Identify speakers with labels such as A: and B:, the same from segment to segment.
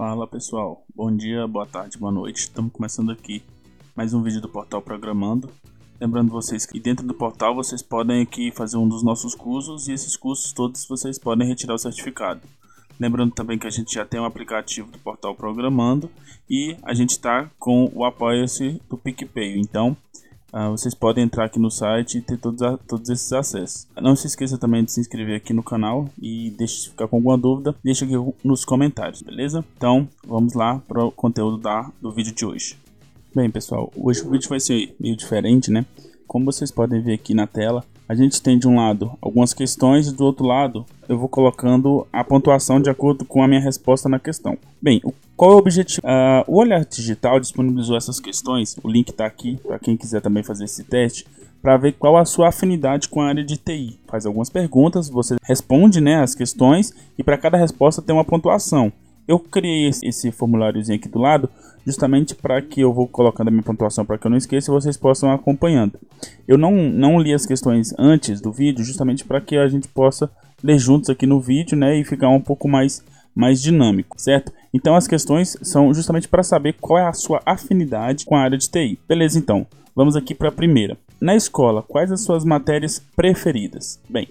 A: Fala pessoal, bom dia, boa tarde, boa noite. Estamos começando aqui mais um vídeo do Portal Programando. Lembrando vocês que dentro do portal vocês podem aqui fazer um dos nossos cursos e esses cursos todos vocês podem retirar o certificado. Lembrando também que a gente já tem um aplicativo do Portal Programando e a gente está com o apoia-se do PicPay. Então vocês podem entrar aqui no site e ter todos esses acessos. Não se esqueça também de se inscrever aqui no canal e se ficar com alguma dúvida, deixa aqui nos comentários, beleza? Então vamos lá para o conteúdo do vídeo de hoje. Bem pessoal, hoje o vídeo vai ser meio diferente, né? Como vocês podem ver aqui na tela, a gente tem de um lado algumas questões e do outro lado eu vou colocando a pontuação de acordo com a minha resposta na questão. Bem, qual é o objetivo? O Olhar Digital disponibilizou essas questões, o link está aqui para quem quiser também fazer esse teste, para ver qual a sua afinidade com a área de TI. Faz algumas perguntas, você responde, né, as questões e para cada resposta tem uma pontuação. Eu criei esse formuláriozinho aqui do lado justamente para que eu vou colocando a minha pontuação para que eu não esqueça e vocês possam acompanhando. Eu não li as questões antes do vídeo justamente para que a gente possa ler juntos aqui no vídeo, né, e ficar um pouco mais dinâmico, certo? Então as questões são justamente para saber qual é a sua afinidade com a área de TI. Beleza, então, vamos aqui para a primeira. Na escola, quais as suas matérias preferidas? Bem,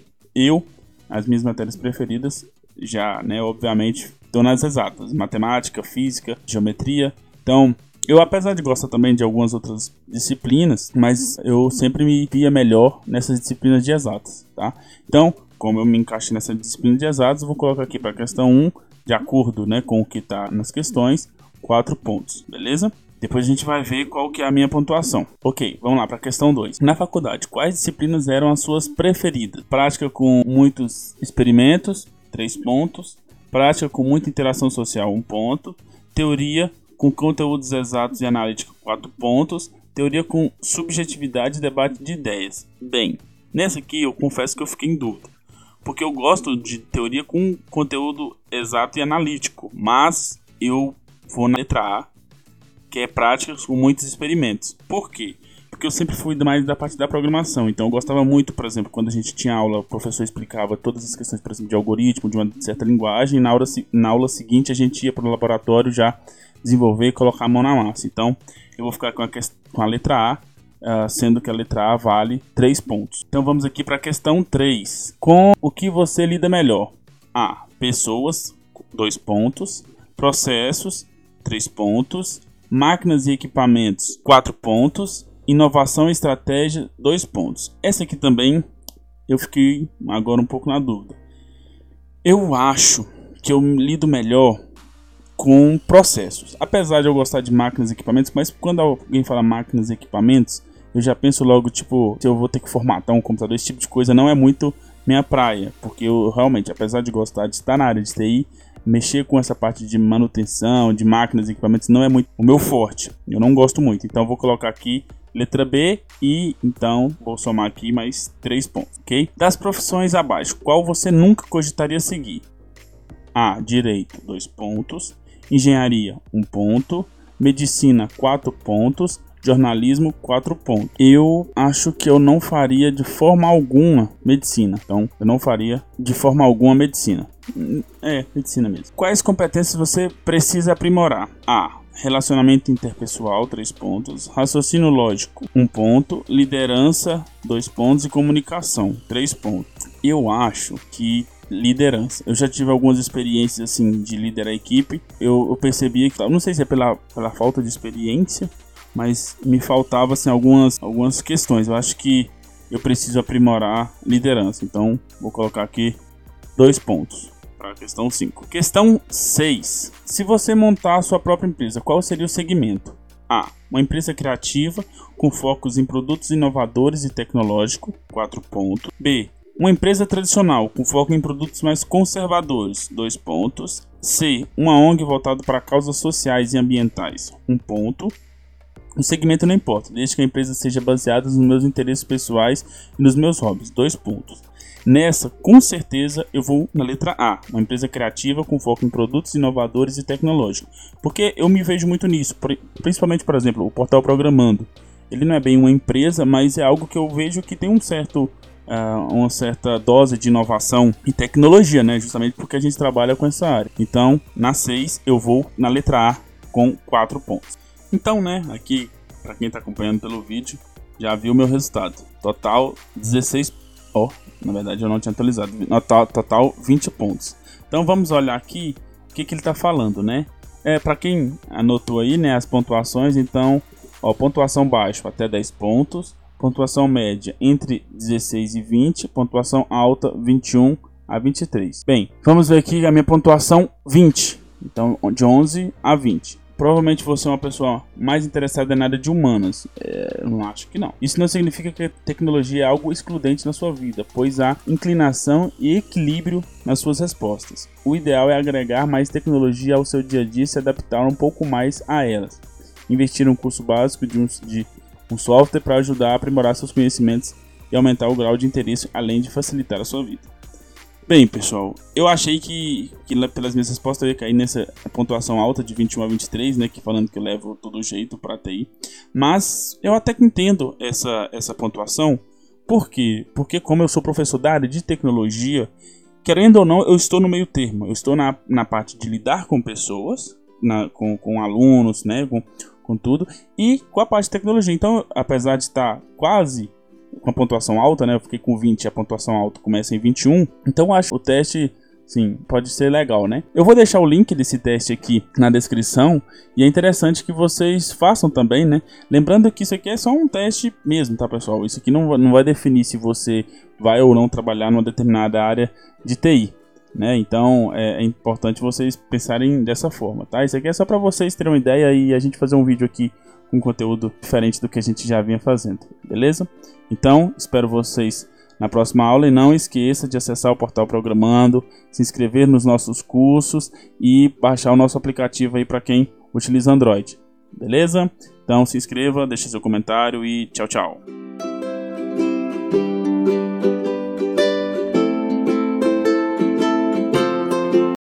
A: as minhas matérias preferidas já, né, obviamente, estão nas exatas, matemática, física, geometria. Então, eu apesar de gostar também de algumas outras disciplinas, mas eu sempre me via melhor nessas disciplinas de exatas, tá? Então, como eu me encaixei nessa disciplina de exatas, eu vou colocar aqui para a questão 1, de acordo, né, com o que está nas questões, 4 pontos, beleza? Depois a gente vai ver qual que é a minha pontuação. Ok, vamos lá para a questão 2. Na faculdade, quais disciplinas eram as suas preferidas? Prática com muitos experimentos, 3 pontos. Prática com muita interação social, 1 ponto. Teoria com conteúdos exatos e analítica, 4 pontos. Teoria com subjetividade e debate de ideias. Bem, nessa aqui eu confesso que eu fiquei em dúvida, porque eu gosto de teoria com conteúdo exato e analítico, mas eu vou na letra A, que é práticas com muitos experimentos. Por quê? Porque eu sempre fui mais da parte da programação, então eu gostava muito, por exemplo, quando a gente tinha aula, o professor explicava todas as questões, por exemplo, de algoritmo, de uma certa linguagem, e na aula seguinte a gente ia para o laboratório já desenvolver e colocar a mão na massa. Então eu vou ficar com a letra A, sendo que a letra A vale 3 pontos. Então vamos aqui para a questão 3. Com o que você lida melhor? A. Pessoas, 2 pontos. Processos, 3 pontos. Máquinas e equipamentos, 4 pontos. Inovação e estratégia, 2 pontos. Essa aqui também eu fiquei agora um pouco na dúvida. Eu acho que eu lido melhor com processos. Apesar de eu gostar de máquinas e equipamentos, mas quando alguém fala máquinas e equipamentos, eu já penso logo, tipo, se eu vou ter que formatar um computador, esse tipo de coisa não é muito minha praia. Porque eu realmente, apesar de gostar de estar na área de TI, mexer com essa parte de manutenção, de máquinas e equipamentos não é muito o meu forte. Eu não gosto muito. Então eu vou colocar aqui letra B e então vou somar aqui mais 3 pontos, ok? Das profissões abaixo, qual você nunca cogitaria seguir? A. Direito, 2 pontos. Engenharia, 1 ponto. Medicina, 4 pontos. Jornalismo, 4 pontos. Eu acho que eu não faria de forma alguma medicina. Então, eu não faria de forma alguma medicina. Medicina mesmo. Quais competências você precisa aprimorar? A. Relacionamento interpessoal, 3 pontos. Raciocínio lógico, 1 ponto. Liderança, 2 pontos. E comunicação, 3 pontos. Eu acho que liderança. Eu já tive algumas experiências assim de liderar a equipe. Eu percebia que, não sei se é pela falta de experiência, mas me faltava assim, algumas questões. Eu acho que eu preciso aprimorar liderança. Então, vou colocar aqui 2 pontos para a questão 5. Questão 6. Se você montar a sua própria empresa, qual seria o segmento? A. Uma empresa criativa com focos em produtos inovadores e tecnológicos, 4 pontos. B. Uma empresa tradicional com foco em produtos mais conservadores, 2 pontos. C. Uma ONG voltada para causas sociais e ambientais, 1 ponto. O segmento não importa, desde que a empresa seja baseada nos meus interesses pessoais e nos meus hobbies, 2 pontos. Nessa, com certeza, eu vou na letra A, uma empresa criativa com foco em produtos inovadores e tecnológicos. Porque eu me vejo muito nisso, principalmente, por exemplo, o Portal Programando. Ele não é bem uma empresa, mas é algo que eu vejo que tem um certo uma certa dose de inovação e tecnologia, né? Justamente porque a gente trabalha com essa área. Então, na 6 eu vou na letra A com 4 pontos. Então, né, aqui, para quem está acompanhando pelo vídeo, já viu o meu resultado. Total 16, na verdade eu não tinha atualizado. Total 20 pontos. Então vamos olhar aqui o que ele está falando, né? Para quem anotou aí, né, as pontuações, então, pontuação baixa até 10 pontos, pontuação média entre 16 e 20, pontuação alta 21 a 23. Bem, vamos ver aqui a minha pontuação 20, então de 11 a 20. Provavelmente você é uma pessoa mais interessada na área de humanas. Eu não acho que não. Isso não significa que a tecnologia é algo excludente na sua vida, pois há inclinação e equilíbrio nas suas respostas. O ideal é agregar mais tecnologia ao seu dia a dia e se adaptar um pouco mais a elas. Investir um curso básico de um software para ajudar a aprimorar seus conhecimentos e aumentar o grau de interesse, além de facilitar a sua vida. Bem, pessoal, eu achei que pelas minhas respostas eu ia cair nessa pontuação alta de 21 a 23, né, que falando que eu levo todo jeito para TI, mas eu até que entendo essa pontuação. Por quê? Porque como eu sou professor da área de tecnologia, querendo ou não, eu estou no meio termo, eu estou na parte de lidar com pessoas, com alunos, né, com tudo, e com a parte de tecnologia. Então, apesar de estar quase com a pontuação alta, né? Eu fiquei com 20 e a pontuação alta começa em 21. Então eu acho que o teste, sim, pode ser legal, né? Eu vou deixar o link desse teste aqui na descrição e é interessante que vocês façam também, né? Lembrando que isso aqui é só um teste mesmo, tá, pessoal? Isso aqui não vai definir se você vai ou não trabalhar numa determinada área de TI, né? Então é importante vocês pensarem dessa forma, tá? Isso aqui é só para vocês terem uma ideia e a gente fazer um vídeo aqui com conteúdo diferente do que a gente já vinha fazendo, beleza? Então, espero vocês na próxima aula e não esqueça de acessar o portal Programando, se inscrever nos nossos cursos e baixar o nosso aplicativo aí para quem utiliza Android, beleza? Então se inscreva, deixe seu comentário e tchau, tchau!